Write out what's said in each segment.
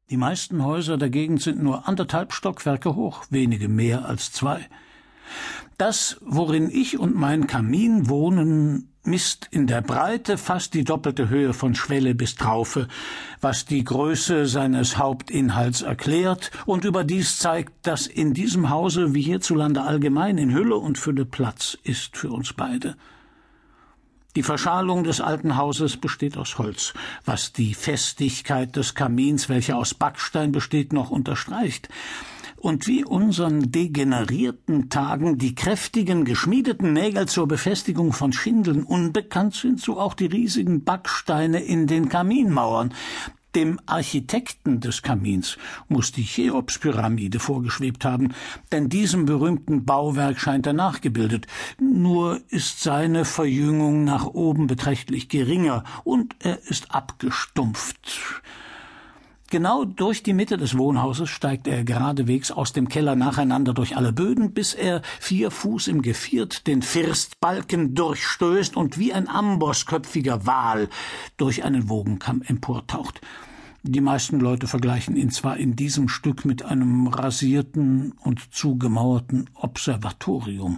Die meisten Häuser der Gegend sind nur 1,5 Stockwerke hoch, wenige mehr als 2. Das, worin ich und mein Kamin wohnen, misst in der Breite fast die doppelte Höhe von Schwelle bis Traufe, was die Größe seines Hauptinhalts erklärt und überdies zeigt, dass in diesem Hause wie hierzulande allgemein in Hülle und Fülle Platz ist für uns beide. Die Verschalung des alten Hauses besteht aus Holz, was die Festigkeit des Kamins, welcher aus Backstein besteht, noch unterstreicht. Und wie unseren degenerierten Tagen die kräftigen, geschmiedeten Nägel zur Befestigung von Schindeln unbekannt sind, so auch die riesigen Backsteine in den Kaminmauern. Dem Architekten des Kamins muss die Cheops-Pyramide vorgeschwebt haben, denn diesem berühmten Bauwerk scheint er nachgebildet. Nur ist seine Verjüngung nach oben beträchtlich geringer und er ist abgestumpft. Genau durch die Mitte des Wohnhauses steigt er geradewegs aus dem Keller nacheinander durch alle Böden, bis er 4 Fuß im Geviert den Firstbalken durchstößt und wie ein ambossköpfiger Wal durch einen Wogenkamm emportaucht. Die meisten Leute vergleichen ihn zwar in diesem Stück mit einem rasierten und zugemauerten Observatorium.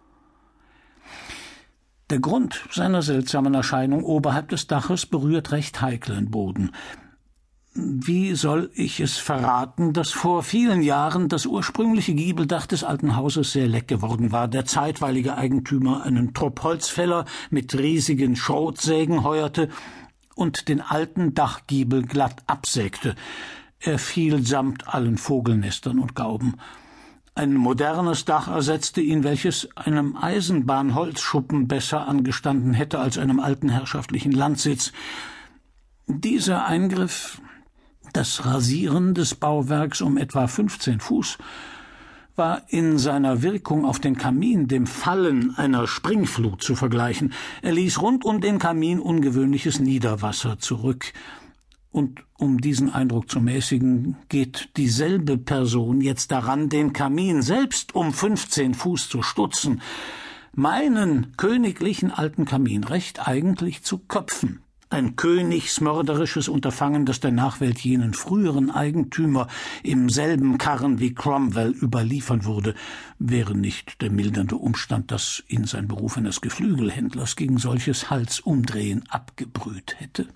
Der Grund seiner seltsamen Erscheinung oberhalb des Daches berührt recht heiklen Boden. Wie soll ich es verraten, dass vor vielen Jahren das ursprüngliche Giebeldach des alten Hauses sehr leck geworden war, der zeitweilige Eigentümer einen Trupp Holzfäller mit riesigen Schrotsägen heuerte und den alten Dachgiebel glatt absägte. Er fiel samt allen Vogelnestern und Gauben. Ein modernes Dach ersetzte ihn, welches einem Eisenbahnholzschuppen besser angestanden hätte als einem alten herrschaftlichen Landsitz. Dieser Eingriff, das Rasieren des Bauwerks um etwa 15 Fuß, war in seiner Wirkung auf den Kamin dem Fallen einer Springflut zu vergleichen. Er ließ rund um den Kamin ungewöhnliches Niederwasser zurück. Und um diesen Eindruck zu mäßigen, geht dieselbe Person jetzt daran, den Kamin selbst um 15 Fuß zu stutzen, meinen königlichen alten Kamin recht eigentlich zu köpfen. Ein königsmörderisches Unterfangen, das der Nachwelt jenen früheren Eigentümer im selben Karren wie Cromwell überliefern würde, wäre nicht der mildernde Umstand, dass ihn sein Beruf eines Geflügelhändlers gegen solches Halsumdrehen abgebrüht hätte.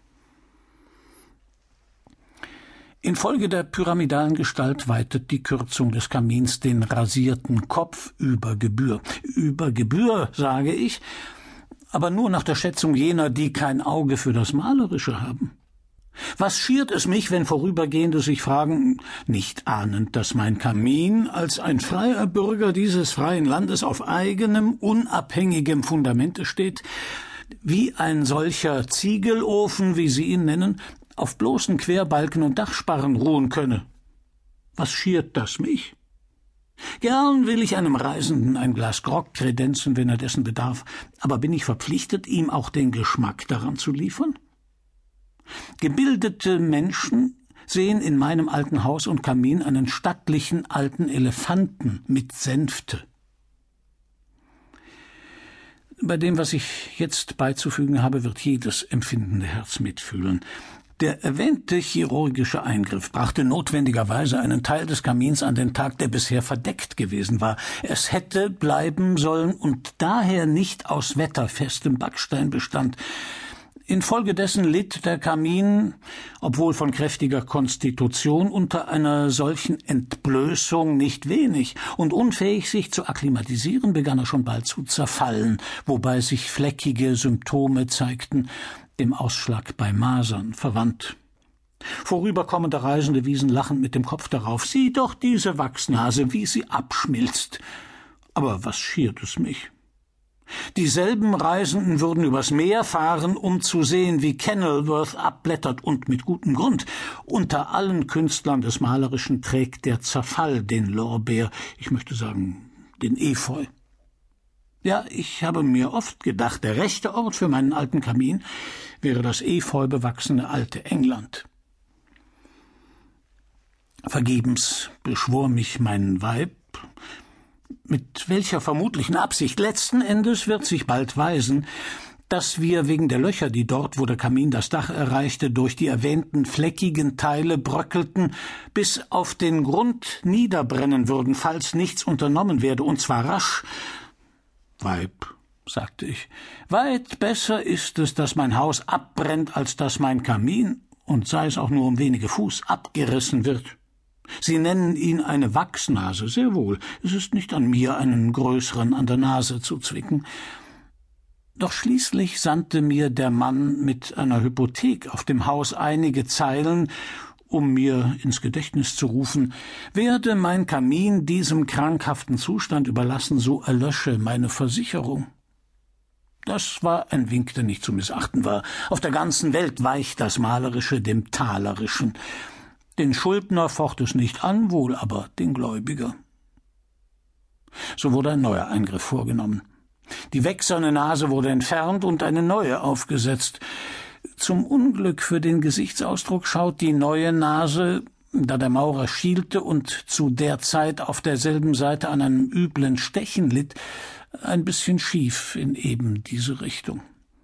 Infolge der pyramidalen Gestalt weitet die Kürzung des Kamins den rasierten Kopf über Gebühr. Über Gebühr, sage ich, aber nur nach der Schätzung jener, die kein Auge für das Malerische haben. Was schiert es mich, wenn Vorübergehende sich fragen, nicht ahnend, dass mein Kamin als ein freier Bürger dieses freien Landes auf eigenem, unabhängigem Fundamente steht, wie ein solcher Ziegelofen, wie Sie ihn nennen, auf bloßen Querbalken und Dachsparren ruhen könne. Was schiert das mich? Gern will ich einem Reisenden ein Glas Grog kredenzen, wenn er dessen bedarf, aber bin ich verpflichtet, ihm auch den Geschmack daran zu liefern? Gebildete Menschen sehen in meinem alten Haus und Kamin einen stattlichen alten Elefanten mit Sänfte. Bei dem, was ich jetzt beizufügen habe, wird jedes empfindende Herz mitfühlen. Der erwähnte chirurgische Eingriff brachte notwendigerweise einen Teil des Kamins an den Tag, der bisher verdeckt gewesen war. Es hätte bleiben sollen und daher nicht aus wetterfestem Backstein bestand. Infolgedessen litt der Kamin, obwohl von kräftiger Konstitution, unter einer solchen Entblößung nicht wenig, und unfähig sich zu akklimatisieren, begann er schon bald zu zerfallen, wobei sich fleckige Symptome zeigten, dem Ausschlag bei Masern verwandt. Vorüberkommende Reisende wiesen lachend mit dem Kopf darauf. Sieh doch diese Wachsnase, wie sie abschmilzt. Aber was schiert es mich? Dieselben Reisenden würden übers Meer fahren, um zu sehen, wie Kenilworth abblättert, und mit gutem Grund. Unter allen Künstlern des Malerischen trägt der Zerfall den Lorbeer, ich möchte sagen, den Efeu. Ja, ich habe mir oft gedacht, der rechte Ort für meinen alten Kamin wäre das efeubewachsene alte England. Vergebens beschwor mich mein Weib, mit welcher vermutlichen Absicht. Letzten Endes wird sich bald weisen, dass wir wegen der Löcher, die dort, wo der Kamin das Dach erreichte, durch die erwähnten fleckigen Teile bröckelten, bis auf den Grund niederbrennen würden, falls nichts unternommen werde, und zwar rasch. »Weib«, sagte ich, »weit besser ist es, dass mein Haus abbrennt, als dass mein Kamin, und sei es auch nur um wenige Fuß, abgerissen wird. Sie nennen ihn eine Wachsnase, sehr wohl. Es ist nicht an mir, einen größeren an der Nase zu zwicken.« Doch schließlich sandte mir der Mann mit einer Hypothek auf dem Haus einige Zeilen, um mir ins Gedächtnis zu rufen, werde mein Kamin diesem krankhaften Zustand überlassen, so erlösche meine Versicherung. Das war ein Wink, der nicht zu missachten war. Auf der ganzen Welt weicht das Malerische dem Talerischen. Den Schuldner focht es nicht an, wohl aber den Gläubiger. So wurde ein neuer Eingriff vorgenommen. Die wächserne Nase wurde entfernt und eine neue aufgesetzt. Zum Unglück für den Gesichtsausdruck schaut die neue Nase, da der Maurer schielte und zu der Zeit auf derselben Seite an einem üblen Stechen litt, ein bisschen schief in eben diese Richtung.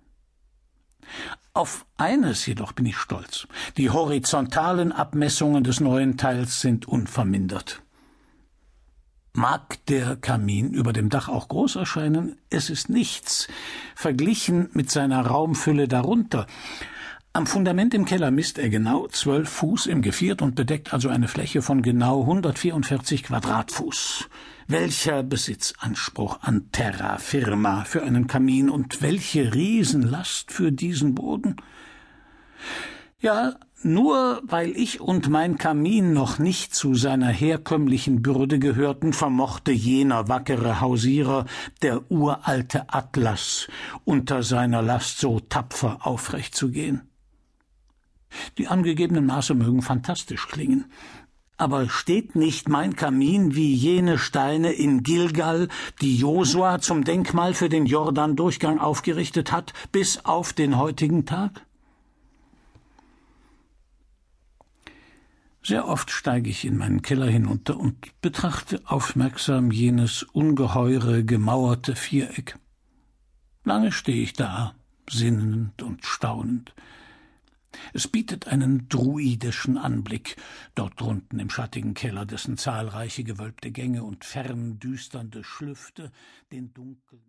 Auf eines jedoch bin ich stolz. Die horizontalen Abmessungen des neuen Teils sind unvermindert. Mag der Kamin über dem Dach auch groß erscheinen, es ist nichts, verglichen mit seiner Raumfülle darunter. Am Fundament im Keller misst er genau 12 Fuß im Geviert und bedeckt also eine Fläche von genau 144 Quadratfuß. Welcher Besitzanspruch an Terra Firma für einen Kamin und welche Riesenlast für diesen Boden? Ja, nur weil ich und mein Kamin noch nicht zu seiner herkömmlichen Bürde gehörten, vermochte jener wackere Hausierer, der uralte Atlas, unter seiner Last so tapfer aufrecht zu gehen. Die angegebenen Maße mögen fantastisch klingen. Aber steht nicht mein Kamin wie jene Steine in Gilgal, die Josua zum Denkmal für den Jordan-Durchgang aufgerichtet hat, bis auf den heutigen Tag? Sehr oft steige ich in meinen Keller hinunter und betrachte aufmerksam jenes ungeheure, gemauerte Viereck. Lange stehe ich da, sinnend und staunend. Es bietet einen druidischen Anblick, dort drunten im schattigen Keller, dessen zahlreiche gewölbte Gänge und fern düsternde Schlüfte den dunklen